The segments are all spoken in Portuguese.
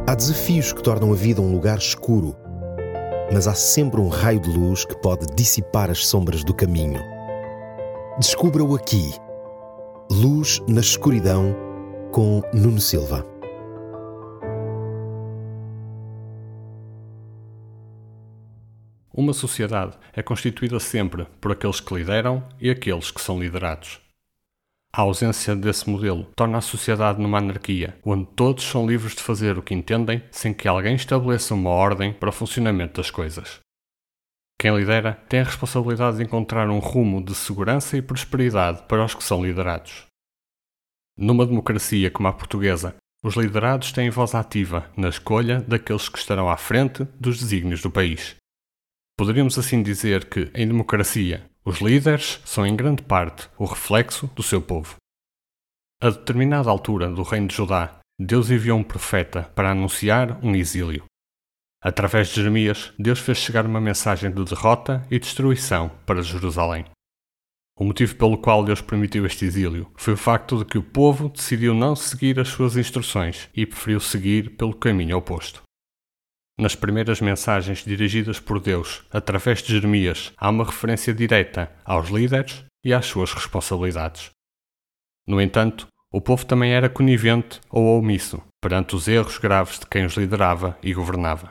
Há desafios que tornam a vida um lugar escuro, mas há sempre um raio de luz que pode dissipar as sombras do caminho. Descubra-o aqui. Luz na Escuridão, com Nuno Silva. Uma sociedade é constituída sempre por aqueles que lideram e aqueles que são liderados. A ausência desse modelo torna a sociedade numa anarquia, onde todos são livres de fazer o que entendem sem que alguém estabeleça uma ordem para o funcionamento das coisas. Quem lidera tem a responsabilidade de encontrar um rumo de segurança e prosperidade para os que são liderados. Numa democracia como a portuguesa, os liderados têm voz ativa na escolha daqueles que estarão à frente dos desígnios do país. Poderíamos assim dizer que, em democracia, os líderes são em grande parte o reflexo do seu povo. A determinada altura do reino de Judá, Deus enviou um profeta para anunciar um exílio. Através de Jeremias, Deus fez chegar uma mensagem de derrota e destruição para Jerusalém. O motivo pelo qual Deus permitiu este exílio foi o facto de que o povo decidiu não seguir as suas instruções e preferiu seguir pelo caminho oposto. Nas primeiras mensagens dirigidas por Deus através de Jeremias, há uma referência direta aos líderes e às suas responsabilidades. No entanto, o povo também era conivente ou omisso perante os erros graves de quem os liderava e governava.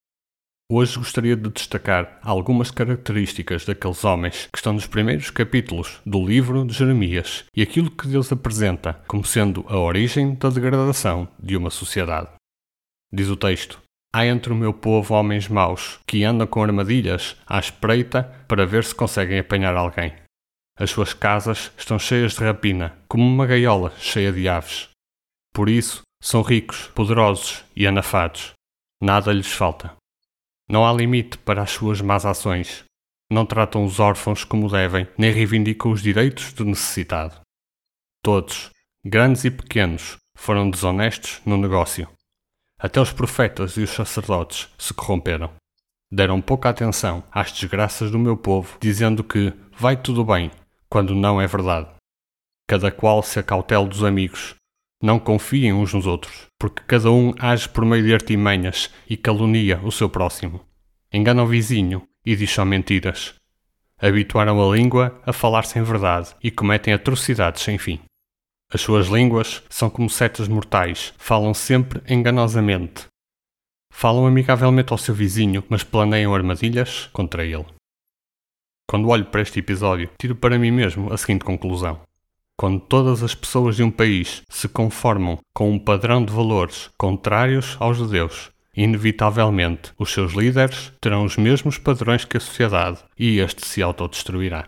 Hoje gostaria de destacar algumas características daqueles homens que estão nos primeiros capítulos do livro de Jeremias e aquilo que Deus apresenta como sendo a origem da degradação de uma sociedade. Diz o texto: há entre o meu povo homens maus, que andam com armadilhas à espreita para ver se conseguem apanhar alguém. As suas casas estão cheias de rapina, como uma gaiola cheia de aves. Por isso, são ricos, poderosos e anafados. Nada lhes falta. Não há limite para as suas más ações. Não tratam os órfãos como devem, nem reivindicam os direitos do necessitado. Todos, grandes e pequenos, foram desonestos no negócio. Até os profetas e os sacerdotes se corromperam. Deram pouca atenção às desgraças do meu povo, dizendo que vai tudo bem, quando não é verdade. Cada qual se acautele dos amigos. Não confiem uns nos outros, porque cada um age por meio de artimanhas e calunia o seu próximo. Engana o vizinho e diz só mentiras. Habituaram a língua a falar sem verdade e cometem atrocidades sem fim. As suas línguas são como setas mortais, falam sempre enganosamente. Falam amigavelmente ao seu vizinho, mas planeiam armadilhas contra ele. Quando olho para este episódio, tiro para mim mesmo a seguinte conclusão. Quando todas as pessoas de um país se conformam com um padrão de valores contrários aos de Deus, inevitavelmente os seus líderes terão os mesmos padrões que a sociedade e este se autodestruirá.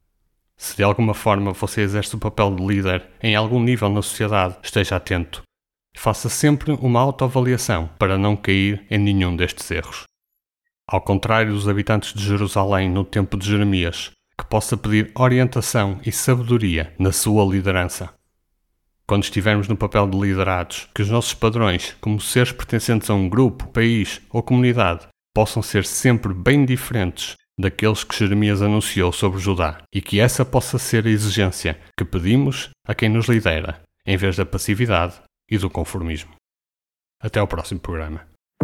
Se de alguma forma você exerce o papel de líder em algum nível na sociedade, esteja atento. Faça sempre uma autoavaliação para não cair em nenhum destes erros. Ao contrário dos habitantes de Jerusalém no tempo de Jeremias, que possa pedir orientação e sabedoria na sua liderança. Quando estivermos no papel de liderados, que os nossos padrões, como seres pertencentes a um grupo, país ou comunidade, possam ser sempre bem diferentes daqueles que Jeremias anunciou sobre Judá, e que essa possa ser a exigência que pedimos a quem nos lidera, em vez da passividade e do conformismo. Até ao próximo programa.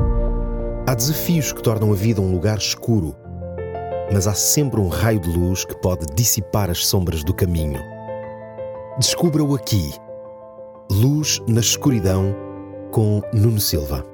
Há desafios que tornam a vida um lugar escuro, mas há sempre um raio de luz que pode dissipar as sombras do caminho. Descubra-o aqui. Luz na Escuridão, com Nuno Silva.